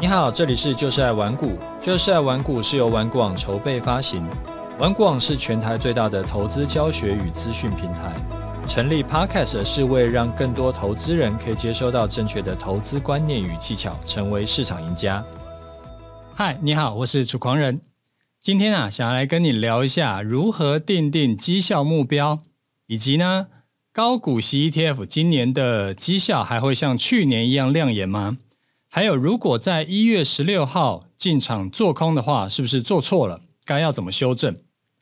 你好，这里是就是爱玩股。就是爱玩股是由玩股网筹备发行，玩股网是全台最大的投资教学与资讯平台。成立 Podcast 是为让更多投资人可以接收到正确的投资观念与技巧，成为市场赢家。 嗨，你好，我是楚狂人。今天想要来跟你聊一下如何订定绩效目标，以及呢高股息 ETF 今年的绩效还会像去年一样亮眼吗？还有，如果在1月16号进场做空的话，是不是做错了？该要怎么修正？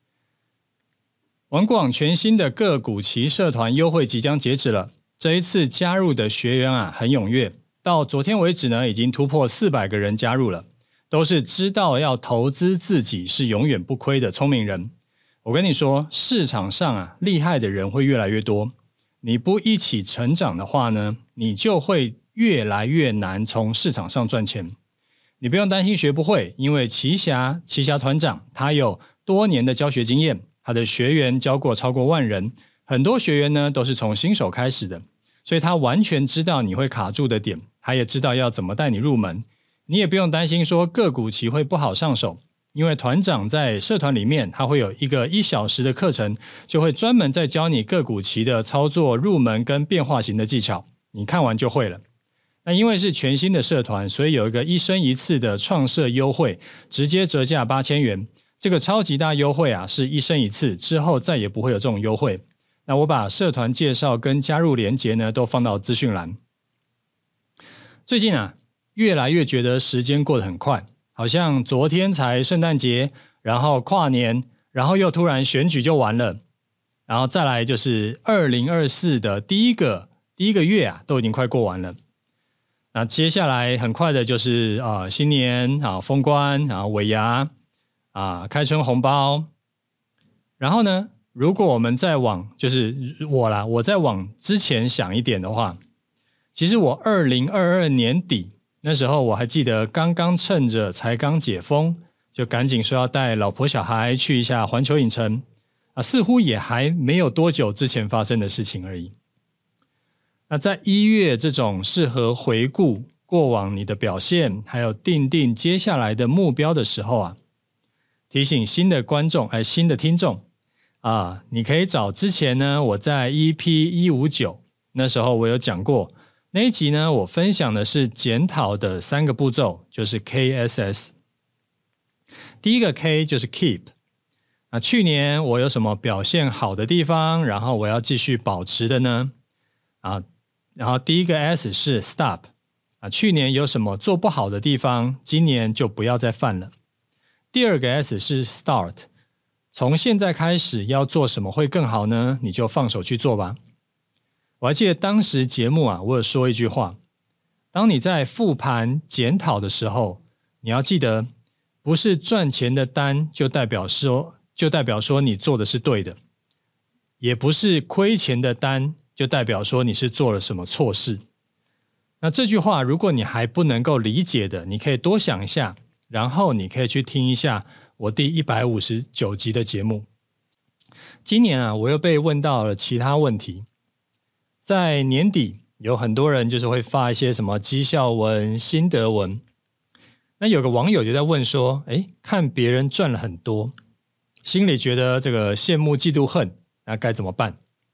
玩股网全新的个股期社团优惠即将截止了，这一次加入的学员很踊跃，到昨天为止呢，已经突破400个人加入了，都是知道要投资自己是永远不亏的聪明人。我跟你说，市场上厉害的人会越来越多，你不一起成长的话呢，你就会越来越难从市场上赚钱。你不用担心学不会，因为奇侠团长他有多年的教学经验，他的学员教过超过10000人，很多学员呢都是从新手开始的，所以他完全知道你会卡住的点，他也知道要怎么带你入门。你也不用担心说个股期会不好上手，因为团长在社团里面他会有一个1小时的课程，就会专门在教你个股期的操作入门跟变化型的技巧，你看完就会了。那因为是全新的社团，所以有一个1生1次的创社优惠，直接折价8000元。这个超级大优惠是1生1次，之后再也不会有这种优惠。那我把社团介绍跟加入连结呢都放到资讯栏。最近越来越觉得时间过得很快，好像昨天才圣诞节，然后跨年，然后又突然选举就完了，然后再来就是2024的第一个月都已经快过完了。那接下来很快的就是新年封关尾牙开春红包。然后呢，如果我们再往就是我再往之前想一点的话，其实我2022年底那时候我还记得刚刚趁着才刚解封，就赶紧说要带老婆小孩去一下环球影城似乎也还没有多久之前发生的事情而已。那在1月这种适合回顾过往你的表现，还有订定接下来的目标的时候提醒新的听众你可以找之前呢我在 EP159 那时候我有讲过，那一集呢我分享的是检讨的3个步骤，就是 KSS。 第一个 K 就是 Keep， 去年我有什么表现好的地方，然后我要继续保持的呢然后第一个 S 是 Stop， 去年有什么做不好的地方，今年就不要再犯了。第二个 S 是 Start， 从现在开始要做什么会更好呢？你就放手去做吧。我还记得当时节目我有说一句话，当你在复盘检讨的时候，你要记得，不是赚钱的单就代表说你做的是对的，也不是亏钱的单就代表说你是做了什么错事。那这句话如果你还不能够理解的，你可以多想一下，然后你可以去听一下我第159集的节目。今年我又被问到了其他问题，在年底有很多人就是会发一些什么绩效文、心得文，那有个网友就在问说，看别人赚了很多，心里觉得这个羡慕嫉妒恨，那该怎么办？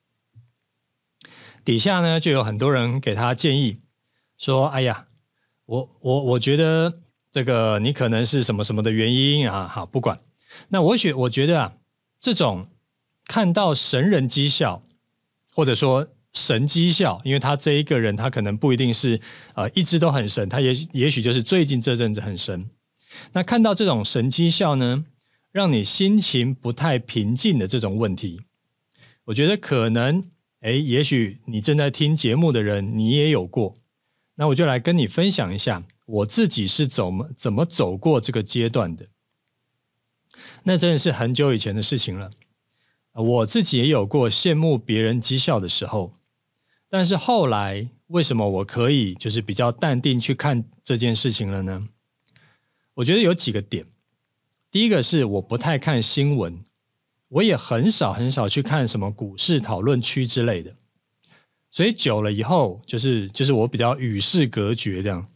底下呢就有很多人给他建议说，哎呀，我觉得这个你可能是什么什么的原因好不管。那我觉得这种看到神人绩效，或者说神绩效，因为他这一个人他可能不一定是一直都很神，他也许就是最近这阵子很神。那看到这种神绩效呢，让你心情不太平静的这种问题，我觉得可能也许你正在听节目的人你也有过。那我就来跟你分享一下我自己是怎么走过这个阶段的。那真的是很久以前的事情了，我自己也有过羡慕别人绩效的时候，但是后来为什么我可以就是比较淡定去看这件事情了呢？我觉得有几个点。第一个是我不太看新闻，我也很少去看什么股市讨论区之类的，所以久了以后就是我比较与世隔绝这样。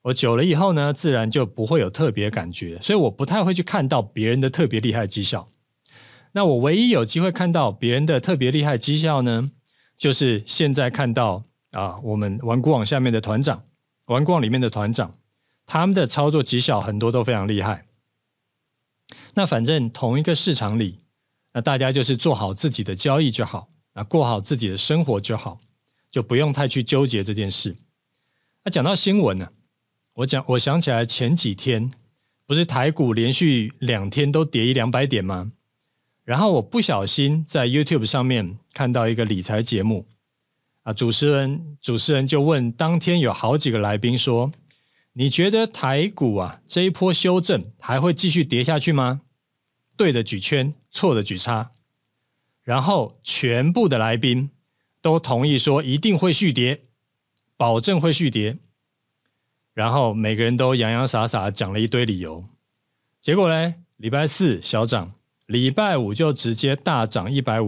我久了以后呢，自然就不会有特别感觉，所以我不太会去看到别人的特别厉害绩效。那我唯一有机会看到别人的特别厉害绩效呢，就是现在看到我们玩股网下面的团长，玩股网里面的团长，他们的操作绩效很多都非常厉害。那反正同一个市场里，那大家就是做好自己的交易就好，过好自己的生活就好，就不用太去纠结这件事。那讲到新闻呢，我想起来前几天不是台股连续2天都跌100-200点吗？然后我不小心在 YouTube 上面看到一个理财节目主持人就问当天有好几个来宾说，你觉得台股这一波修正还会继续跌下去吗？对的举圈，错的举叉。然后全部的来宾都同意说一定会续跌，保证会续跌。然后每个人都洋洋洒洒讲了一堆理由。结果呢，礼拜四小涨，礼拜五就直接大涨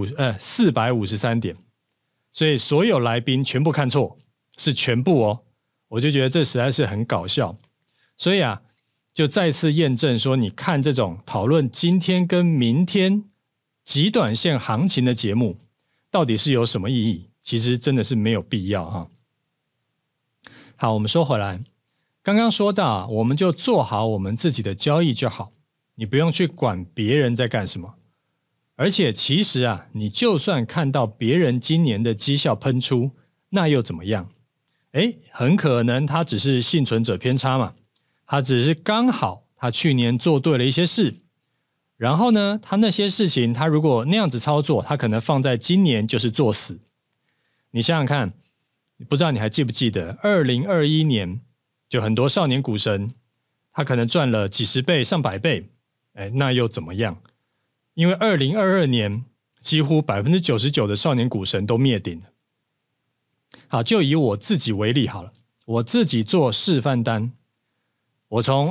453点。所以所有来宾全部看错，是全部哦。我就觉得这实在是很搞笑。所以就再次验证说，你看这种讨论今天跟明天极短线行情的节目，到底是有什么意义？其实真的是没有必要哈。好，我们说回来，刚刚说到我们就做好我们自己的交易就好，你不用去管别人在干什么。而且其实你就算看到别人今年的绩效喷出，那又怎么样？很可能他只是幸存者偏差嘛，他只是刚好他去年做对了一些事，然后呢，他那些事情他如果那样子操作，他可能放在今年就是作死。你想想看，不知道你还记不记得2021年就很多少年股神他可能赚了几十倍上百倍，那又怎么样？因为2022年几乎 99% 的少年股神都灭顶了。好，就以我自己为例好了，我自己做示范单，我从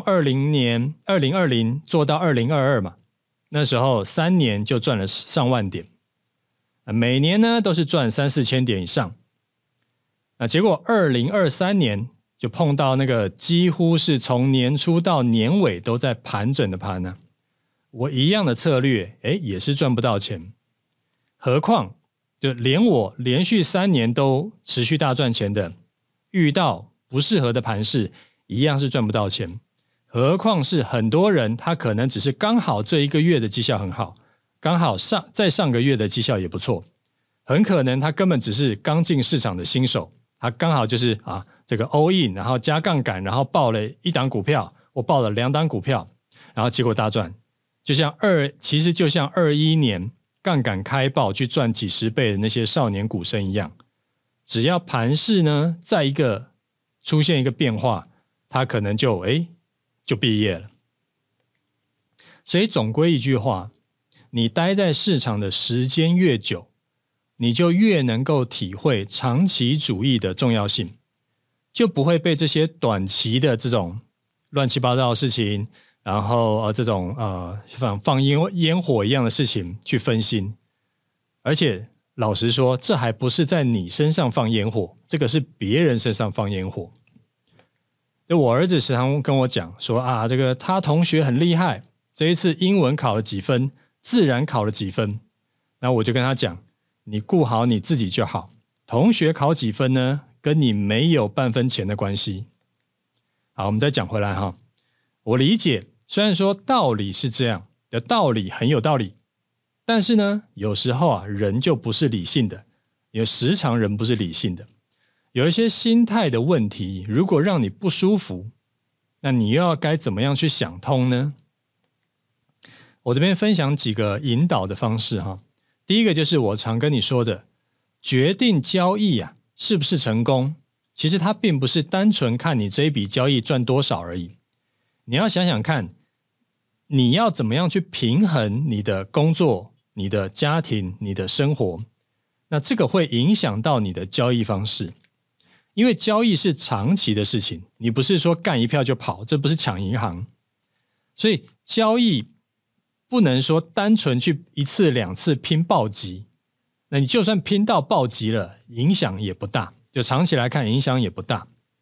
2020做到2022嘛，那时候3年就赚了上万点，每年呢都是赚3-4千点以上。结果2023年就碰到那个几乎是从年初到年尾都在盘整的盘呢，我一样的策略也是赚不到钱。何况就连我连续3年都持续大赚钱的，遇到不适合的盘势一样是赚不到钱。何况是很多人他可能只是刚好这一个月的绩效很好，刚好在上个月的绩效也不错，很可能他根本只是刚进市场的新手，他刚好就是这个 all in， 然后加杠杆，然后报了1档股票，我报了2档股票，然后结果大赚。其实就像21年杠杆开爆去赚几十倍的那些少年股神一样，只要盘势呢再出现一个变化，他可能就毕业了。所以总归一句话，你待在市场的时间越久，你就越能够体会长期主义的重要性，就不会被这些短期的这种乱七八糟的事情，然后这种放烟火一样的事情去分心。而且老实说，这还不是在你身上放烟火，这个是别人身上放烟火。我儿子时常跟我讲说这个他同学很厉害，这一次英文考了几分，自然考了几分。那我就跟他讲，你顾好你自己就好，同学考几分呢，跟你没有半分钱的关系。好，我们再讲回来哈。我理解，虽然说道理是这样的，道理很有道理，但是呢，有时候人就不是理性的，有时常人不是理性的，有一些心态的问题，如果让你不舒服，那你又要该怎么样去想通呢？我这边分享几个引导的方式哈。第一个就是我常跟你说的，决定交易是不是成功，其实它并不是单纯看你这一笔交易赚多少而已。你要想想看，你要怎么样去平衡你的工作、你的家庭、你的生活，那这个会影响到你的交易方式。因为交易是长期的事情，你不是说干一票就跑，这不是抢银行。所以交易不能说单纯去1次2次拼暴击，那你就算拼到暴击了，影响也不大，就长期来看影响也不大。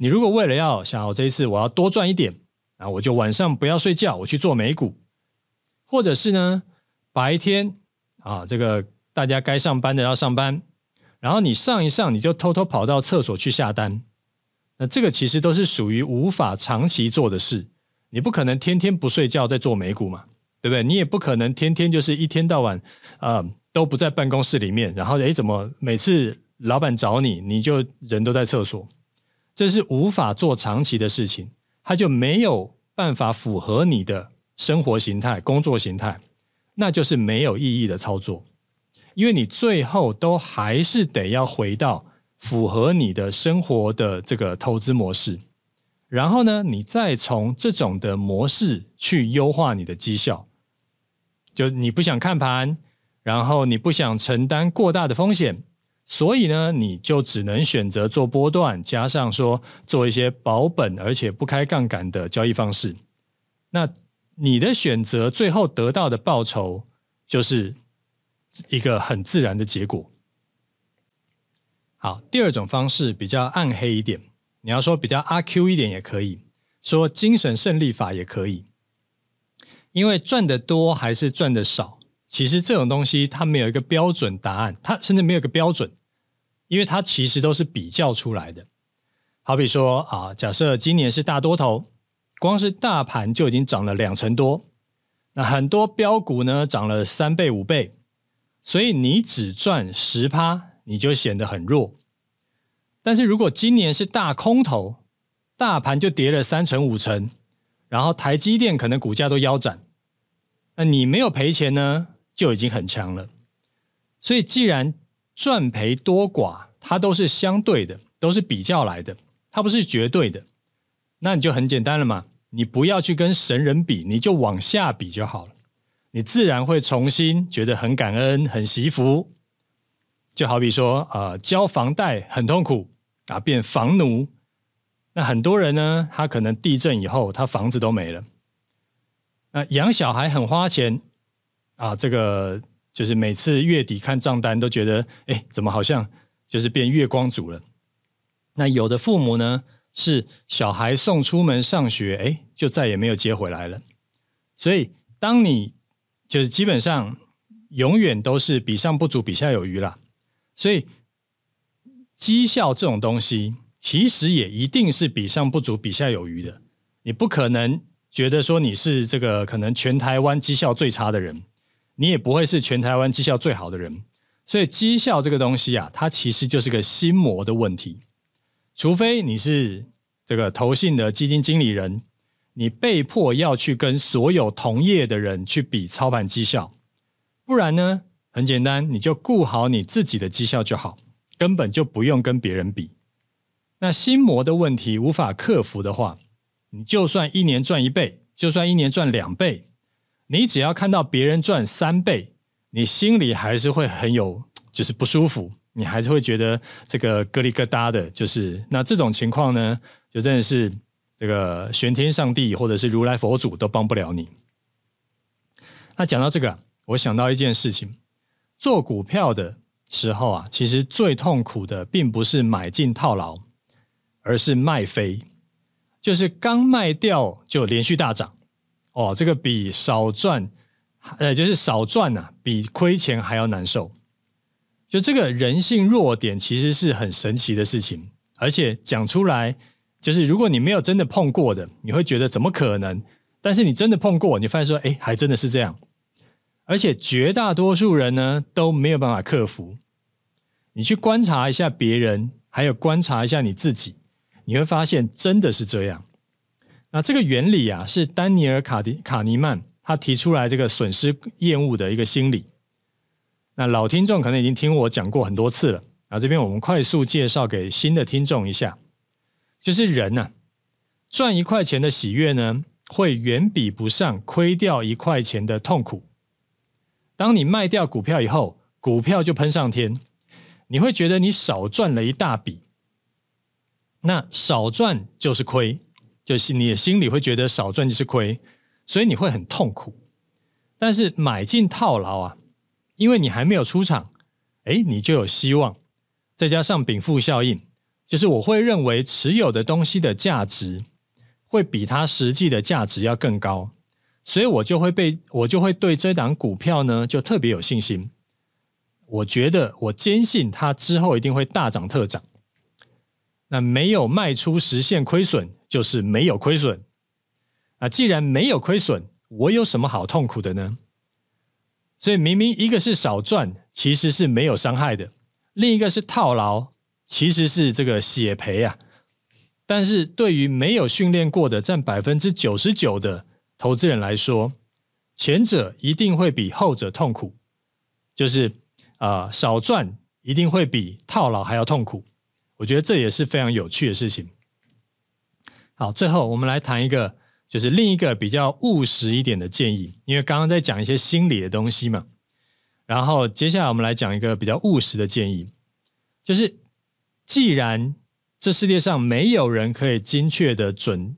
你如果为了要想我这一次我要多赚一点，然后我就晚上不要睡觉，我去做美股，或者是呢白天这个大家该上班的要上班，然后你上一上你就偷偷跑到厕所去下单，那这个其实都是属于无法长期做的事。你不可能天天不睡觉在做美股嘛，对不对？你也不可能天天就是一天到晚都不在办公室里面，然后怎么每次老板找你，你就人都在厕所，这是无法做长期的事情，它就没有办法符合你的生活形态、工作形态，那就是没有意义的操作，因为你最后都还是得要回到符合你的生活的这个投资模式，然后呢，你再从这种的模式去优化你的绩效。就你不想看盘，然后你不想承担过大的风险，所以呢，你就只能选择做波段，加上说做一些保本而且不开杠杆的交易方式。那你的选择最后得到的报酬就是一个很自然的结果。好，第二种方式比较暗黑一点，你要说比较阿 Q 一点也可以，说精神胜利法也可以。因为赚得多还是赚得少，其实这种东西它没有一个标准答案，它甚至没有一个标准，因为它其实都是比较出来的。好比说假设今年是大多头，光是大盘就已经涨了2成多，那很多标股呢涨了3倍5倍，所以你只赚 10%， 你就显得很弱。但是如果今年是大空头，大盘就跌了3成5成，然后台积电可能股价都腰斩，那你没有赔钱呢，就已经很强了。所以既然赚赔多寡它都是相对的，都是比较来的，它不是绝对的，那你就很简单了嘛，你不要去跟神人比，你就往下比就好了，你自然会重新觉得很感恩很惜福。就好比说交房贷很痛苦变房奴，那很多人呢，他可能地震以后他房子都没了。那养小孩很花钱这个就是每次月底看账单都觉得怎么好像就是变月光族了。那有的父母呢，是小孩送出门上学就再也没有接回来了。所以当你就是基本上永远都是比上不足比下有余啦。所以绩效这种东西其实也一定是比上不足比下有余的，你不可能觉得说你是这个可能全台湾绩效最差的人，你也不会是全台湾绩效最好的人。所以绩效这个东西它其实就是个心魔的问题。除非你是这个投信的基金经理人，你被迫要去跟所有同业的人去比操盘绩效，不然呢，很简单，你就顾好你自己的绩效就好，根本就不用跟别人比。那心魔的问题无法克服的话，你就算一年赚1倍，就算一年赚2倍，你只要看到别人赚3倍，你心里还是会很有就是不舒服，你还是会觉得这个咯里咯哒的，就是那这种情况呢，就真的是这个玄天上帝或者是如来佛祖都帮不了你。那讲到这个我想到一件事情，做股票的时候其实最痛苦的并不是买进套牢，而是卖飞，就是刚卖掉就连续大涨这个比少赚就是少赚比亏钱还要难受。就这个人性弱点其实是很神奇的事情，而且讲出来就是如果你没有真的碰过的，你会觉得怎么可能，但是你真的碰过，你发现说还真的是这样。而且绝大多数人呢都没有办法克服。你去观察一下别人，还有观察一下你自己，你会发现真的是这样。那这个原理是丹尼尔卡尼曼他提出来这个损失厌恶的一个心理。那老听众可能已经听我讲过很多次了，这边我们快速介绍给新的听众一下。就是人赚1块钱的喜悦呢，会远比不上亏掉1块钱的痛苦。当你卖掉股票以后，股票就喷上天，你会觉得你少赚了一大笔。那少赚就是亏，就是你的心里会觉得少赚就是亏，所以你会很痛苦。但是买进套牢因为你还没有出场，你就有希望，再加上禀赋效应， 就是我会认为持有的东西的价值会比它实际的价值要更高，所以我就会对这档股票呢就特别有信心。我坚信它之后一定会大涨特涨。那没有卖出实现亏损，就是没有亏损。既然没有亏损，我有什么好痛苦的呢？所以明明一个是少赚，其实是没有伤害的；另一个是套牢，其实是这个血赔啊。但是对于没有训练过的占 99% 的投资人来说，前者一定会比后者痛苦，就是少赚一定会比套牢还要痛苦。我觉得这也是非常有趣的事情。好，最后我们来谈一个就是另一个比较务实一点的建议，因为刚刚在讲一些心理的东西嘛，然后接下来我们来讲一个比较务实的建议，就是既然这世界上没有人可以精确的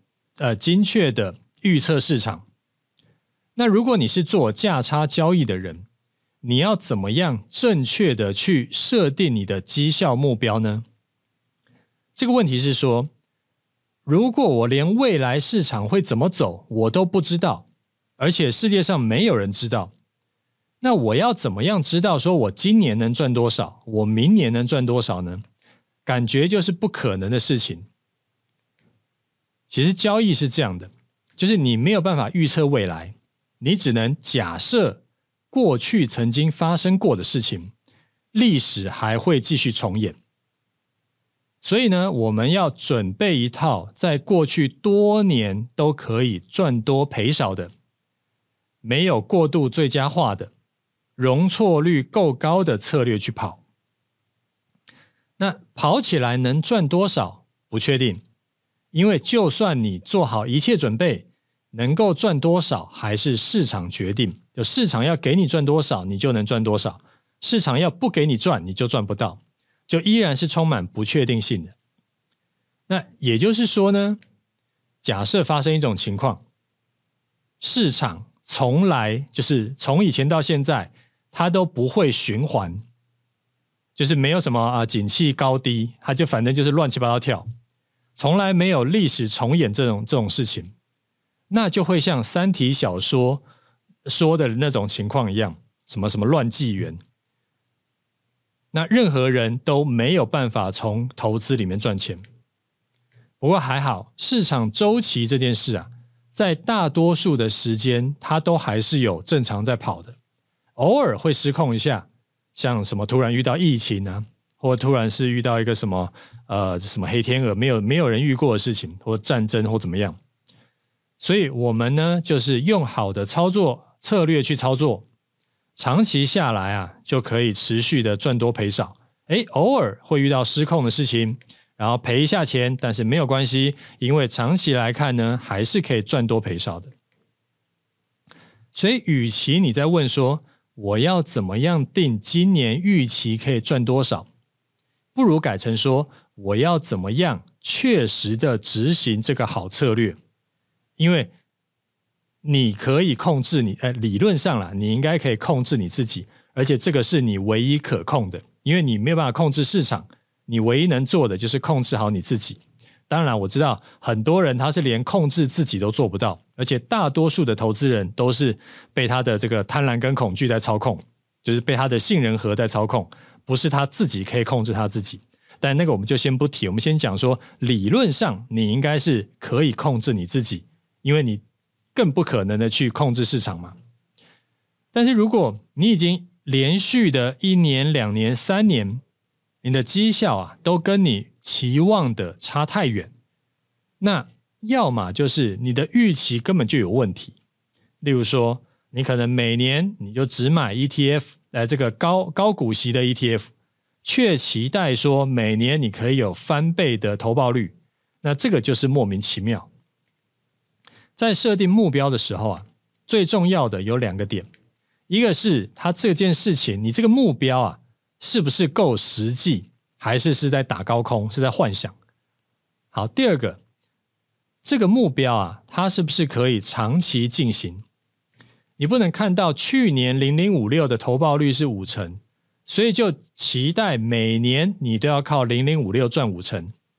预测市场，那如果你是做价差交易的人，你要怎么样正确的去设定你的绩效目标呢？这个问题是说，如果我连未来市场会怎么走我都不知道，而且世界上没有人知道，那我要怎么样知道说我今年能赚多少，我明年能赚多少呢？感觉就是不可能的事情。其实交易是这样的，就是你没有办法预测未来，你只能假设过去曾经发生过的事情，历史还会继续重演。所以呢，我们要准备一套在过去多年都可以赚多赔少的，没有过度最佳化的，容错率够高的策略去跑。那跑起来能赚多少不确定，因为就算你做好一切准备，能够赚多少还是市场决定，就市场要给你赚多少你就能赚多少，市场要不给你赚你就赚不到，就依然是充满不确定性的。那也就是说呢，假设发生一种情况，市场从来就是从以前到现在它都不会循环，就是没有什么景气高低，它就反正就是乱七八糟跳，从来没有历史重演这种事情，那就会像三体小说说的那种情况一样，什么乱纪元，那任何人都没有办法从投资里面赚钱。不过还好，市场周期这件事在大多数的时间它都还是有正常在跑的，偶尔会失控一下，像什么突然遇到疫情或突然是遇到一个什么黑天鹅，没有人遇过的事情，或战争或怎么样。所以我们呢，就是用好的操作策略去操作，长期下来就可以持续的赚多赔少。偶尔会遇到失控的事情，然后赔一下钱，但是没有关系，因为长期来看呢，还是可以赚多赔少的。所以与其你在问说我要怎么样定今年预期可以赚多少，不如改成说我要怎么样确实的执行这个好策略。因为你可以控制理论上你应该可以控制你自己，而且这个是你唯一可控的，因为你没有办法控制市场，你唯一能做的就是控制好你自己。当然我知道很多人他是连控制自己都做不到，而且大多数的投资人都是被他的这个贪婪跟恐惧在操控，就是被他的杏仁核在操控，不是他自己可以控制他自己。但那个我们就先不提，我们先讲说理论上你应该是可以控制你自己，因为你更不可能的去控制市场嘛。但是如果你已经连续的1年、2年、3年，你的绩效都跟你期望的差太远，那要么就是你的预期根本就有问题。例如说，你可能每年你就只买 ETF， 这个高股息的 ETF， 却期待说每年你可以有翻倍的投报率，那这个就是莫名其妙。在设定目标的时候最重要的有2个点，一个是它这件事情，你这个目标是不是够实际，还是在打高空，是在幻想。好，第二个，这个目标它是不是可以长期进行？你不能看到去年0056的投报率是5%，所以就期待每年你都要靠0056赚5%，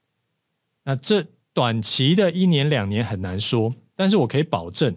那这短期的1年2年很难说，但是我可以保证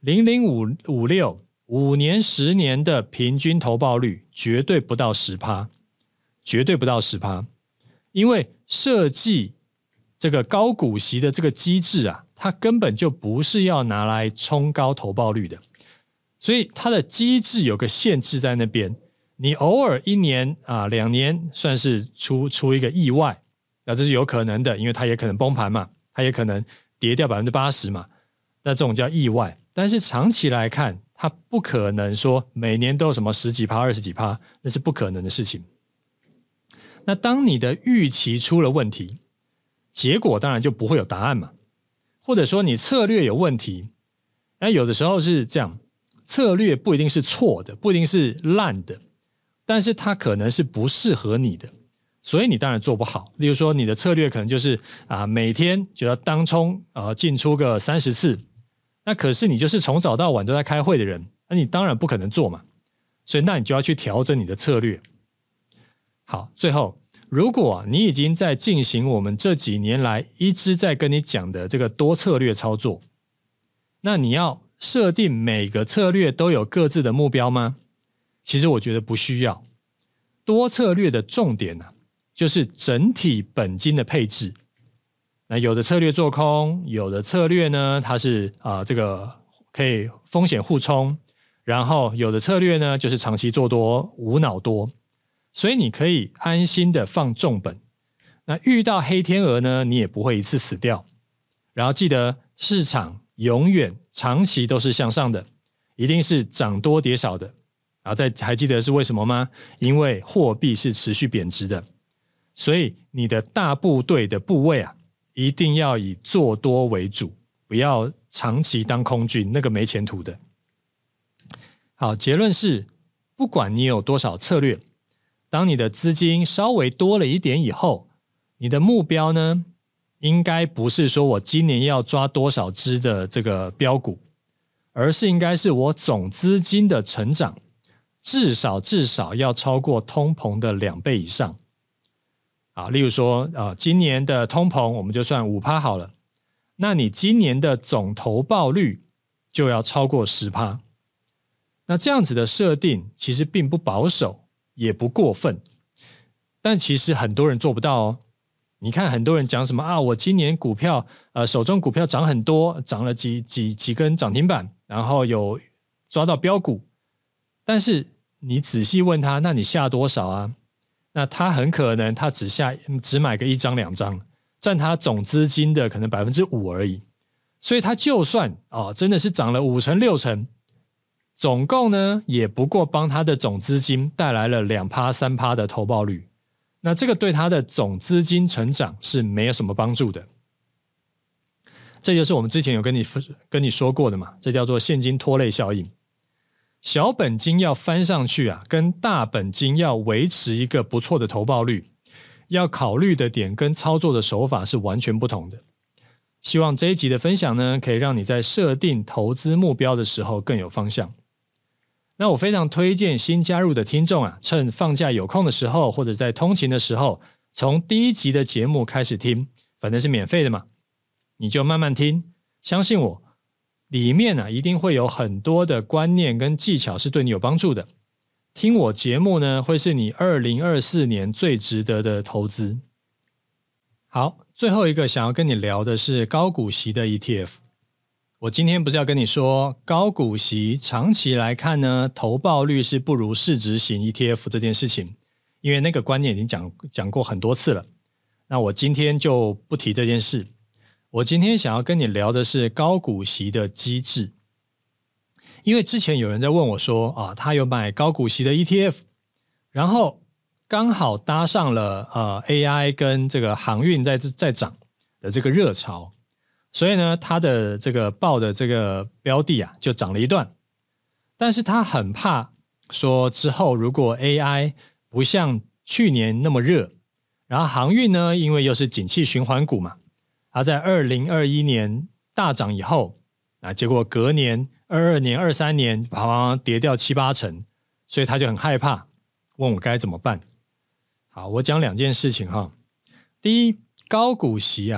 0.0556 5年10年的平均投报率绝对不到 10%， 绝对不到 10%， 因为设计这个高股息的这个机制啊，它根本就不是要拿来冲高投报率的，所以它的机制有个限制在那边，你偶尔1年2年算是出一个意外，那这是有可能的，因为它也可能崩盘嘛，它也可能跌掉 80% 嘛，那这种叫意外，但是长期来看它不可能说每年都有什么10几%、20几%，那是不可能的事情。那当你的预期出了问题，结果当然就不会有答案嘛，或者说你策略有问题，那有的时候是这样，策略不一定是错的，不一定是烂的，但是它可能是不适合你的，所以你当然做不好。例如说你的策略可能就是每天就要当冲进出个30次，那可是你就是从早到晚都在开会的人，那你当然不可能做嘛，所以那你就要去调整你的策略。好，最后如果你已经在进行我们这几年来一直在跟你讲的这个多策略操作，那你要设定每个策略都有各自的目标吗？其实我觉得不需要。多策略的重点就是整体本金的配置。那有的策略做空，有的策略呢它是这个可以风险互冲，然后有的策略呢就是长期做多，无脑多。所以你可以安心的放重本，那遇到黑天鹅呢，你也不会一次死掉。然后记得市场永远长期都是向上的，一定是涨多跌少的。然后还记得是为什么吗？因为货币是持续贬值的，所以你的大部队的部位一定要以做多为主，不要长期当空军，那个没前途的。好，结论是，不管你有多少策略，当你的资金稍微多了一点以后，你的目标呢，应该不是说我今年要抓多少只的这个标股，而是应该是我总资金的成长至少要超过通膨的2倍以上。例如说今年的通膨我们就算 5% 好了，那你今年的总投报率就要超过 10%。 那这样子的设定其实并不保守，也不过分，但其实很多人做不到哦。你看很多人讲什么我今年股票手中股票涨很多，涨了几根涨停板，然后有抓到标股，但是你仔细问他，那你下多少啊？那他很可能他只买个1张2张，占他总资金的可能 5% 而已。所以他就算真的是涨了5成6成，总共呢也不过帮他的总资金带来了 2% 3% 的投报率，那这个对他的总资金成长是没有什么帮助的。这就是我们之前有跟你说过的嘛，这叫做现金拖累效应。小本金要翻上去跟大本金要维持一个不错的投报率，要考虑的点跟操作的手法是完全不同的。希望这一集的分享呢，可以让你在设定投资目标的时候更有方向。那我非常推荐新加入的听众趁放假有空的时候，或者在通勤的时候，从第1集的节目开始听，反正是免费的嘛，你就慢慢听，相信我，里面一定会有很多的观念跟技巧是对你有帮助的。听我节目呢，会是你2024年最值得的投资。好，最后一个想要跟你聊的是高股息的 ETF。我今天不是要跟你说高股息长期来看呢，投报率是不如市值型 ETF 这件事情，因为那个观念已经讲过很多次了。那我今天就不提这件事。我今天想要跟你聊的是高股息的机制。因为之前有人在问我说他有买高股息的 ETF， 然后刚好搭上了AI 跟这个航运在涨的这个热潮，所以呢他的这个报的这个标的就涨了一段。但是他很怕说之后如果 AI 不像去年那么热，然后航运呢因为又是景气循环股嘛，它在2021年大涨以后结果隔年22年23年好像跌掉7、8成，所以他就很害怕，问我该怎么办。好，我讲2件事情哈。第一，高股息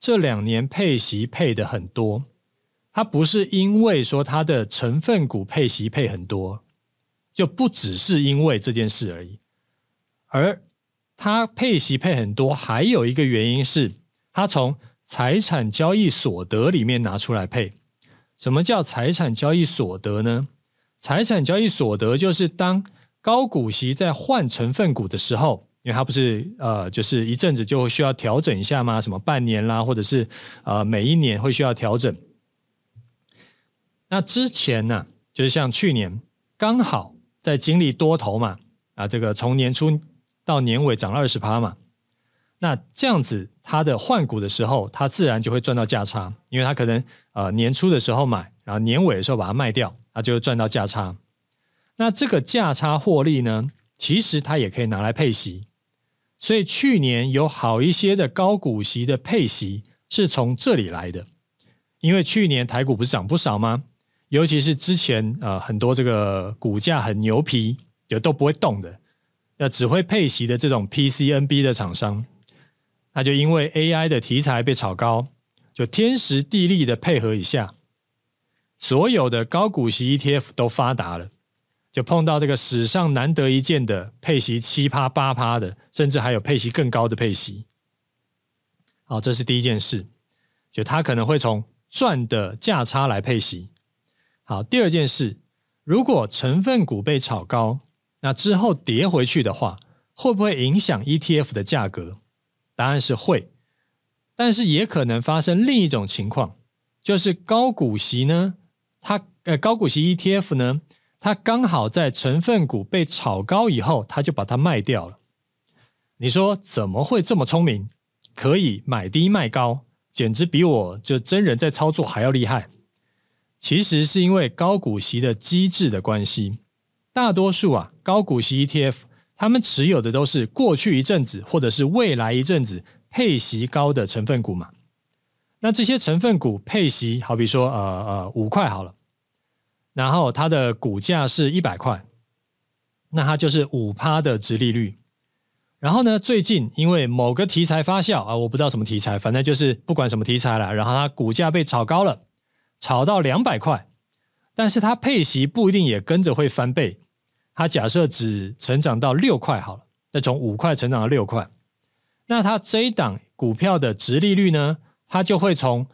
这2年配息配的很多，它不是因为说它的成分股配息配很多，就不只是因为这件事而已，而它配息配很多还有一个原因是它从财产交易所得里面拿出来配。什么叫财产交易所得呢？财产交易所得就是当高股息在换成分股的时候，因为它不是就是一阵子就需要调整一下吗？什么半年啦，或者是每一年会需要调整。那之前呢，就是像去年刚好在经历多头嘛，这个从年初到年尾涨了 20% 嘛，那这样子它的换股的时候，它自然就会赚到价差，因为它可能年初的时候买，然后年尾的时候把它卖掉，它就会赚到价差。那这个价差获利呢，其实它也可以拿来配息，所以去年有好一些的高股息的配息是从这里来的。因为去年台股不是涨不少吗？尤其是之前很多这个股价很牛皮，就都不会动的，只会配息的这种 PCNB 的厂商，那就因为 AI 的题材被炒高，就天时地利的配合一下，所有的高股息 ETF 都发达了，就碰到这个史上难得一见的配息 7%、8% 的，甚至还有配息更高的配息。好，这是第一件事，就它可能会从赚的价差来配息。好，第二件事，如果成分股被炒高，那之后跌回去的话，会不会影响 ETF 的价格？答案是会，但是也可能发生另一种情况，就是高股息呢，高股息 ETF 呢，它刚好在成分股被炒高以后，它就把它卖掉了。你说怎么会这么聪明，可以买低卖高，简直比我就真人在操作还要厉害。其实是因为高股息的机制的关系，大多数高股息 ETF 他们持有的都是过去一阵子或者是未来一阵子配息高的成分股嘛。那这些成分股配息，好比说5块好了，然后它的股价是100块，那它就是 5% 的殖利率。然后呢，最近因为某个题材发酵我不知道什么题材，反正就是不管什么题材啦，然后它股价被炒高了，炒到200块，但是它配息不一定也跟着会翻倍，它假设只成长到6块好了，再从5块成长到6块，那它这一档股票的殖利率呢，它就会从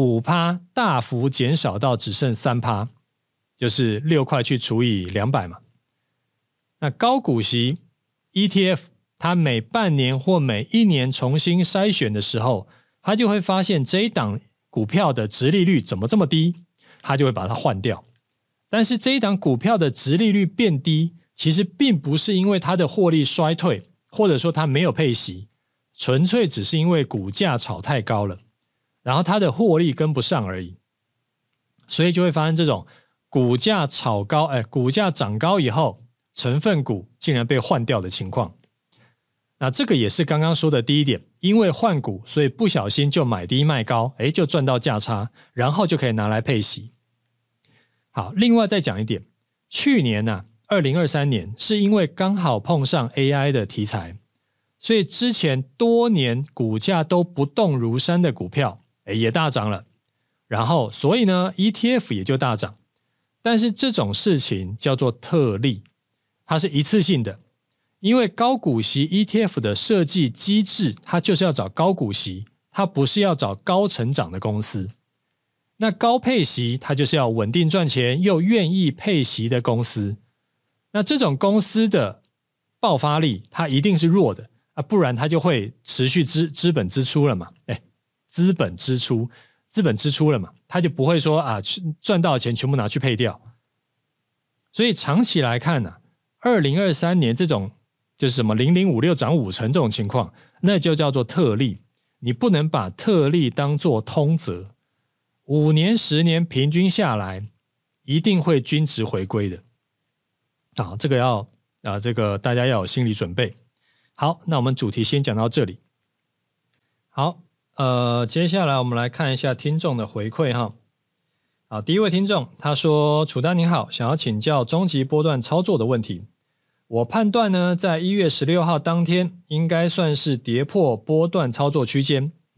5% 大幅减少到只剩 3%， 就是6块去除以200嘛。那高股息 ETF 它每半年或每1年重新筛选的时候，它就会发现这一档股票的殖利率怎么这么低，它就会把它换掉。但是这一档股票的殖利率变低，其实并不是因为它的获利衰退，或者说它没有配息，纯粹只是因为股价炒太高了，然后它的获利跟不上而已。所以就会发生这种股价炒高，股价涨高以后，成分股竟然被换掉的情况。那这个也是刚刚说的第一点，因为换股，所以不小心就买低卖高，就赚到价差，然后就可以拿来配息。好，另外再讲一点，去年2023年是因为刚好碰上 AI 的题材，所以之前多年股价都不动如山的股票也大涨了，然后所以呢 ETF 也就大涨。但是这种事情叫做特例，它是一次性的，因为高股息 ETF 的设计机制，它就是要找高股息，它不是要找高成长的公司。那高配息，它就是要稳定赚钱又愿意配息的公司。那这种公司的爆发力，它一定是弱的不然它就会持续资本支出了嘛。资本支出了嘛，它就不会说赚到的钱全部拿去配掉。所以长期来看2023年这种就是什么0056涨5成这种情况，那就叫做特例。你不能把特例当作通则，5年10年平均下来一定会均值回归的。这个这个大家要有心理准备。好，那我们主题先讲到这里。好，接下来我们来看一下听众的回馈哈。好，第一位听众他说：楚丹您好，想要请教中级波段操作的问题。我判断呢，在1月16号当天应该算是跌破波段操作区间，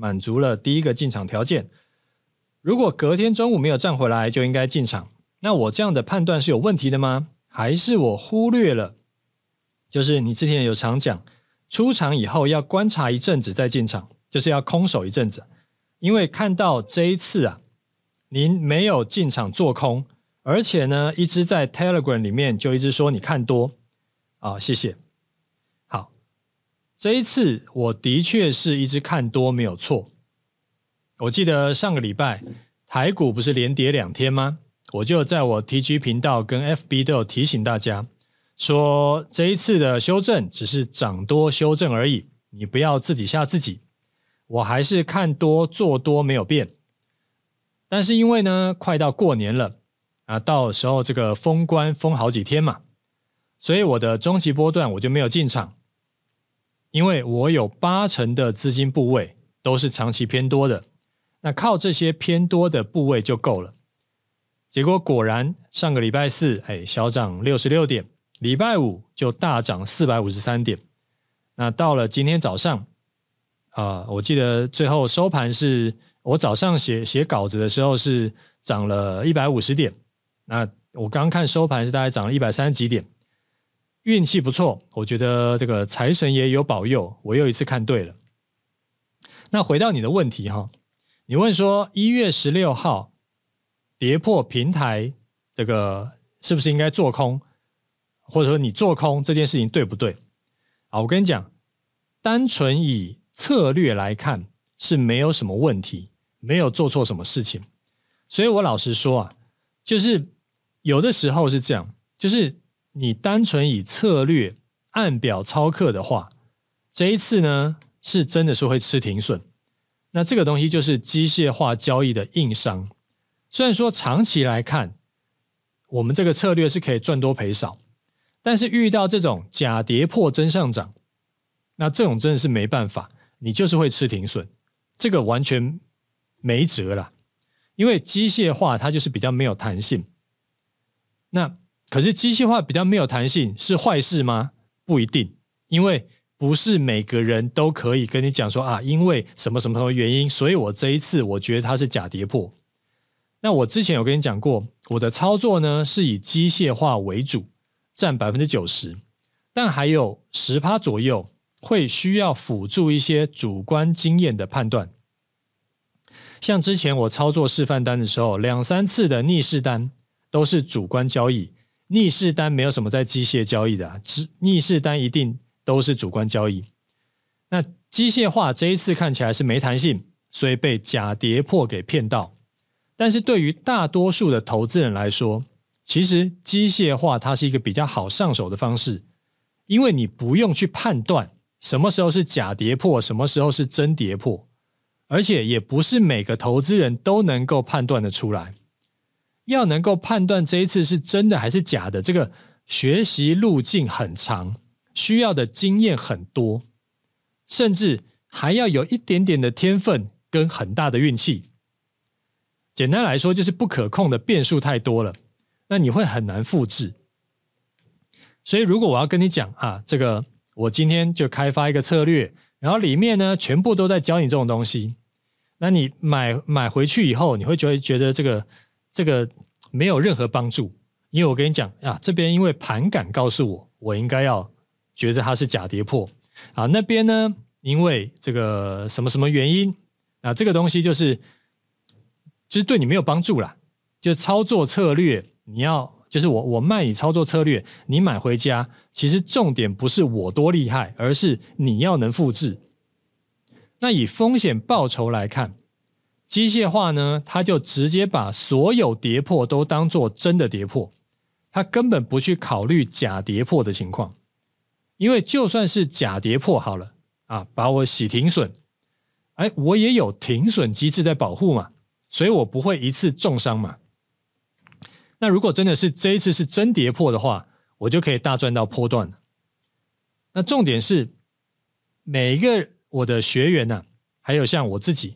满足了第一个进场条件。如果隔天中午没有站回来就应该进场，那我这样的判断是有问题的吗？还是我忽略了？就是你之前有常讲，出场以后要观察一阵子再进场，就是要空手一阵子。因为看到这一次啊，您没有进场做空，而且呢，一直在 Telegram 里面就一直说你看多啊，谢谢。好，这一次我的确是一直看多没有错。我记得上个礼拜台股不是连跌2天吗？我就在我 TG 频道跟 FB 都有提醒大家说，这一次的修正只是涨多修正而已，你不要自己吓自己。我还是看多做多没有变，但是因为呢快到过年了啊，到时候这个封关封好几天嘛，所以我的中期波段我就没有进场，因为我有80%的资金部位都是长期偏多的，那靠这些偏多的部位就够了。结果果然上个礼拜四小涨66点，礼拜五就大涨453点，那到了今天早上我记得最后收盘是我早上写稿子的时候是涨了150点，那我刚看收盘是大概涨了130几点，运气不错，我觉得这个财神爷有保佑，我又一次看对了。那回到你的问题你问说1月16号跌破平台，这个是不是应该做空，或者说你做空这件事情对不对？我跟你讲，单纯以策略来看是没有什么问题，没有做错什么事情。所以我老实说就是有的时候是这样，就是你单纯以策略按表操课的话，这一次呢是真的是会吃停损。那这个东西就是机械化交易的硬伤。虽然说长期来看我们这个策略是可以赚多赔少，但是遇到这种假跌破真上涨，那这种真的是没办法，你就是会吃停损，这个完全没辙啦。因为机械化它就是比较没有弹性。那可是机械化比较没有弹性是坏事吗？不一定，因为不是每个人都可以跟你讲说因为什么什么什么原因，所以我这一次我觉得它是假跌破。那我之前有跟你讲过，我的操作呢是以机械化为主，占 90%， 但还有 10% 左右会需要辅助一些主观经验的判断。像之前我操作示范单的时候，2-3次的逆势单都是主观交易，逆势单没有什么在机械交易的逆势单一定都是主观交易。那机械化这一次看起来是没弹性，所以被假跌破给骗到。但是对于大多数的投资人来说，其实机械化它是一个比较好上手的方式，因为你不用去判断什么时候是假跌破，什么时候是真跌破，而且也不是每个投资人都能够判断得出来。要能够判断这一次是真的还是假的，这个学习路径很长，需要的经验很多，甚至还要有一点点的天分跟很大的运气。简单来说就是不可控的变数太多了，那你会很难复制。所以如果我要跟你讲这个我今天就开发一个策略，然后里面呢全部都在教你这种东西，那你买回去以后，你会觉得这个没有任何帮助。因为我跟你讲这边因为盘感告诉我应该要觉得它是假跌破那边呢因为这个什么什么原因这个东西就是对你没有帮助啦。就操作策略你要就是我卖你操作策略，你买回家其实重点不是我多厉害，而是你要能复制。那以风险报酬来看，机械化呢它就直接把所有跌破都当作真的跌破，它根本不去考虑假跌破的情况。因为就算是假跌破好了把我洗停损，我也有停损机制在保护嘛，所以我不会一次重伤嘛。那如果真的是这一次是真跌破的话，我就可以大赚到波段了。那重点是每一个我的学员还有像我自己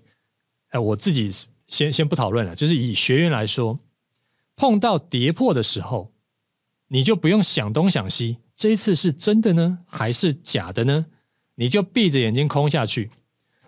先不讨论了，就是以学员来说，碰到跌破的时候，你就不用想东想西，这一次是真的呢还是假的呢？你就闭着眼睛空下去。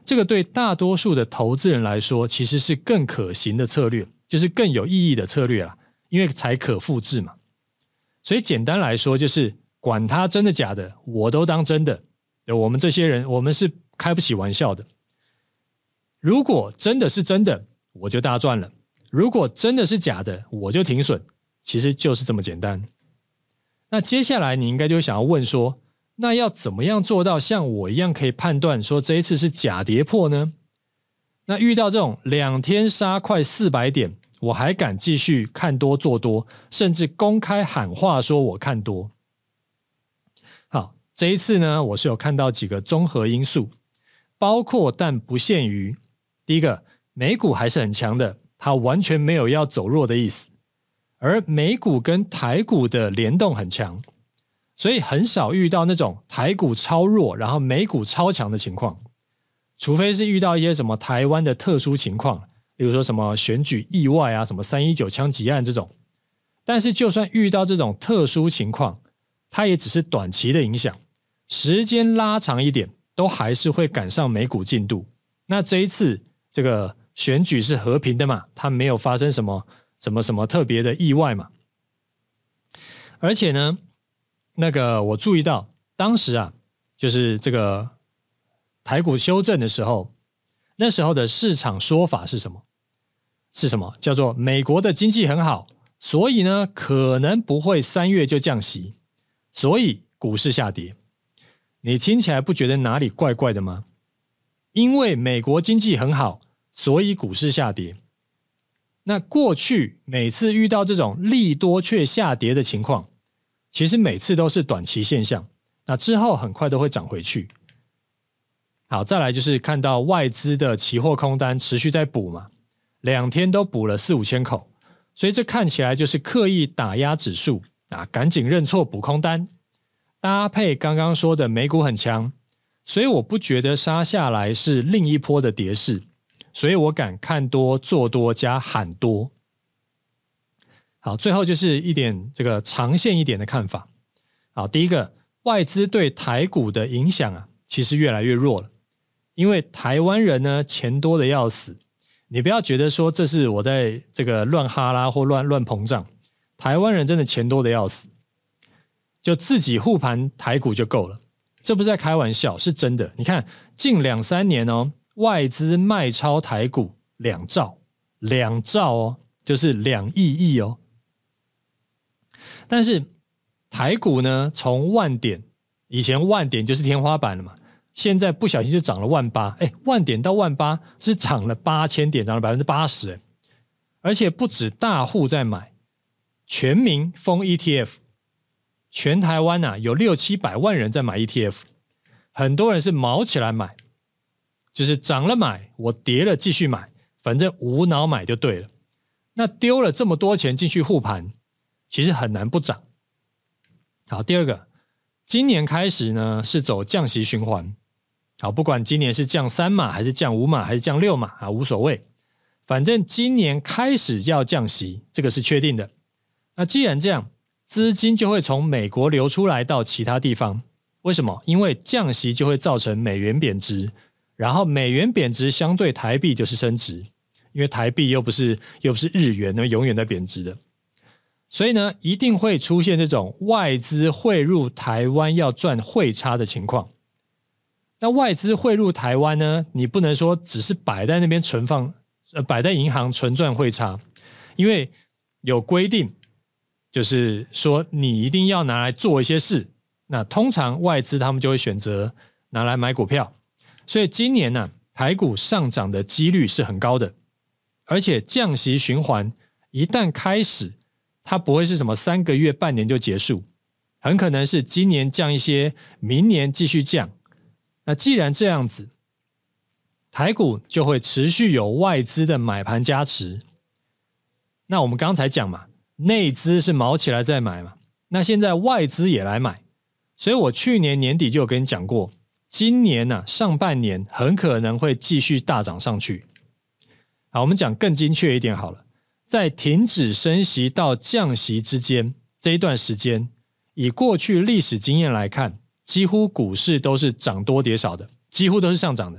这个对大多数的投资人来说，其实是更可行的策略，就是更有意义的策略啦，因为才可复制嘛。所以简单来说，就是管它真的假的，我都当真的。我们这些人，我们是开不起玩笑的。如果真的是真的，我就大赚了；如果真的是假的，我就停损。其实就是这么简单。那接下来你应该就想要问说，那要怎么样做到像我一样可以判断说这一次是假跌破呢？那遇到这种2天杀快400点，我还敢继续看多做多，甚至公开喊话说我看多。好，这一次呢，我是有看到几个综合因素，包括但不限于，第一个，美股还是很强的，它完全没有要走弱的意思。而美股跟台股的联动很强，所以很少遇到那种台股超弱，然后美股超强的情况，除非是遇到一些什么台湾的特殊情况，例如说什么选举意外啊，什么319枪击案这种。但是就算遇到这种特殊情况，它也只是短期的影响，时间拉长一点，都还是会赶上美股进度。那这一次这个选举是和平的嘛，它没有发生什么特别的意外嘛。而且呢，那个我注意到当时啊，就是这个台股修正的时候，那时候的市场说法是什么？是什么？叫做美国的经济很好，所以呢可能不会3月就降息，所以股市下跌。你听起来不觉得哪里怪怪的吗？因为美国经济很好，所以股市下跌。那过去每次遇到这种利多却下跌的情况，其实每次都是短期现象，那之后很快都会涨回去。好，再来就是看到外资的期货空单持续在补嘛，2天都补了4-5千口，所以这看起来就是刻意打压指数啊，赶紧认错补空单，搭配刚刚说的美股很强，所以我不觉得杀下来是另一波的跌势。所以我敢看多做多加喊多。好，最后就是一点这个长线一点的看法。好，第一个，外资对台股的影响啊，其实越来越弱了。因为台湾人呢钱多的要死，你不要觉得说这是我在这个乱哈拉或乱膨胀，台湾人真的钱多的要死，就自己护盘台股就够了。这不是在开玩笑，是真的。你看近2-3年哦，外资卖超台股2兆哦，就是2亿亿哦。但是台股呢，从10000点，以前10000点就是天花板了嘛，现在不小心就涨了18000， 10000点到18000是涨了8000点，涨了 80%， 而且不止大户在买，全民封 ETF， 全台湾啊有600-700万人在买 ETF， 很多人是毛起来买。就是涨了买，我跌了继续买，反正无脑买就对了。那丢了这么多钱进去护盘，其实很难不涨。好，第二个，今年开始呢是走降息循环。好，不管今年是降3码还是降5码还是降6码啊，无所谓，反正今年开始要降息，这个是确定的。那既然这样，资金就会从美国流出来到其他地方。为什么？因为降息就会造成美元贬值。然后美元贬值相对台币就是升值，因为台币又不是日元，那永远在贬值的，所以呢一定会出现这种外资汇入台湾要赚汇差的情况。那外资汇入台湾呢，你不能说只是摆在那边摆在银行纯赚汇差，因为有规定，就是说你一定要拿来做一些事。那通常外资他们就会选择拿来买股票。所以今年呢，台股上涨的几率是很高的，而且降息循环一旦开始，它不会是什么3个月、半年就结束，很可能是今年降一些，明年继续降。那既然这样子，台股就会持续有外资的买盘加持。那我们刚才讲嘛，内资是毛起来再买嘛，那现在外资也来买，所以我去年年底就有跟你讲过。今年啊，上半年很可能会继续大涨上去。好，我们讲更精确一点好了，在停止升息到降息之间这一段时间，以过去历史经验来看，几乎股市都是涨多跌少的，几乎都是上涨的，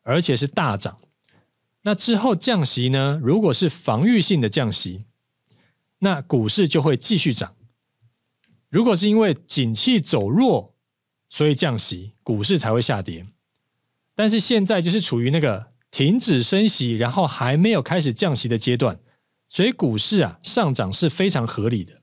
而且是大涨。那之后降息呢，如果是防御性的降息，那股市就会继续涨。如果是因为景气走弱，所以降息，股市才会下跌。但是现在就是处于那个停止升息，然后还没有开始降息的阶段，所以股市上涨是非常合理的。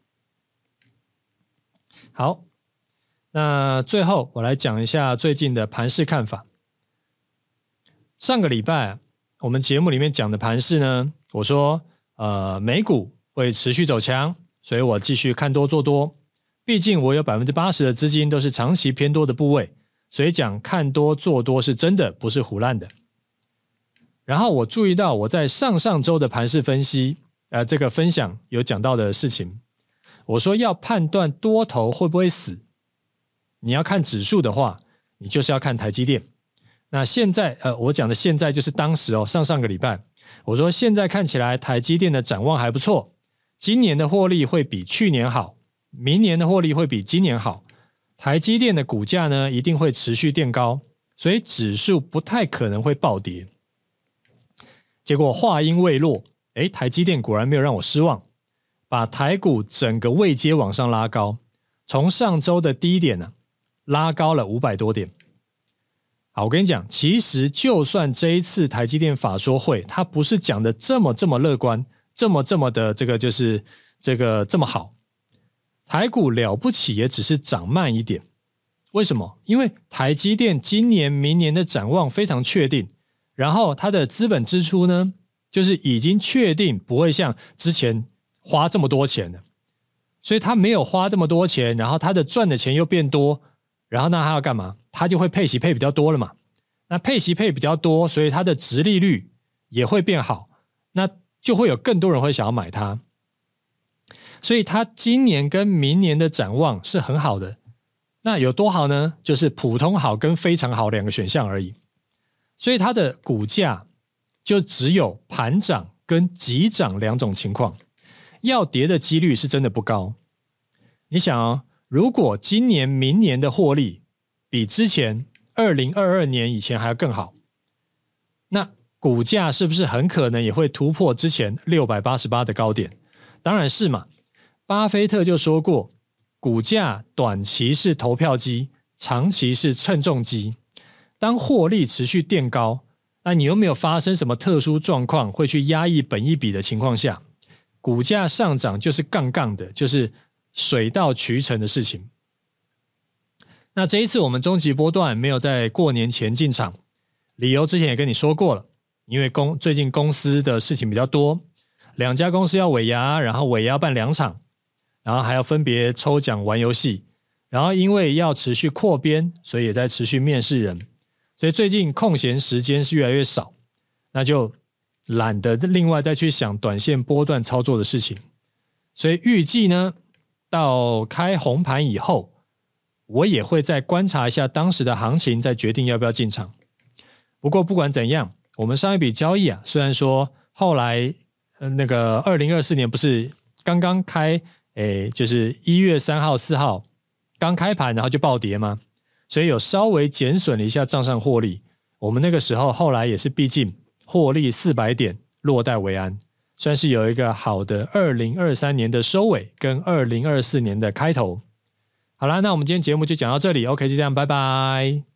好，那最后我来讲一下最近的盘势看法。上个礼拜我们节目里面讲的盘势呢，我说美股会持续走强，所以我继续看多做多。毕竟我有 80% 的资金都是长期偏多的部位，所以讲看多做多是真的，不是唬烂的。然后我注意到我在上周的盘势分析这个分享有讲到的事情，我说要判断多头会不会死，你要看指数的话，你就是要看台积电。那现在我讲的现在就是当时上个礼拜，我说现在看起来台积电的展望还不错，今年的获利会比去年好，明年的获利会比今年好，台积电的股价呢一定会持续垫高，所以指数不太可能会暴跌。结果话音未落，台积电果然没有让我失望，把台股整个位阶往上拉高，从上周的低点拉高了500多点。好，我跟你讲，其实就算这一次台积电法说会，它不是讲的这么乐观，这么的这个就是这么好，台股了不起也只是涨慢一点。为什么？因为台积电今年明年的展望非常确定，然后它的资本支出呢，就是已经确定不会像之前花这么多钱了，所以它没有花这么多钱，然后它的赚的钱又变多，然后那它要干嘛？它就会配息配比较多了嘛。那配息配比较多，所以它的殖利率也会变好，那就会有更多人会想要买它。所以它今年跟明年的展望是很好的。那有多好呢？就是普通好跟非常好两个选项而已。所以它的股价就只有盘涨跟急涨两种情况，要跌的几率是真的不高。你想如果今年明年的获利比之前2022年以前还要更好，那股价是不是很可能也会突破之前688的高点？当然是嘛。巴菲特就说过，股价短期是投票机，长期是称重机。当获利持续垫高，那你又没有发生什么特殊状况会去压抑本益比的情况下，股价上涨就是杠杠的，就是水到渠成的事情。那这一次我们中级波段没有在过年前进场，理由之前也跟你说过了，因为最近公司的事情比较多，2家公司要尾牙，然后尾牙要办2场，然后还要分别抽奖玩游戏，然后因为要持续扩编，所以也在持续面试人，所以最近空闲时间是越来越少，那就懒得另外再去想短线波段操作的事情。所以预计呢，到开红盘以后，我也会再观察一下当时的行情，再决定要不要进场。不过不管怎样，我们上一笔交易虽然说后来那个2024年不是刚刚开就是1月3号4号刚开盘然后就暴跌吗？所以有稍微减损了一下账上获利，我们那个时候后来也是毕竟获利400点落袋为安，算是有一个好的2023年的收尾跟2024年的开头。好啦，那我们今天节目就讲到这里 OK， 就这样，拜拜。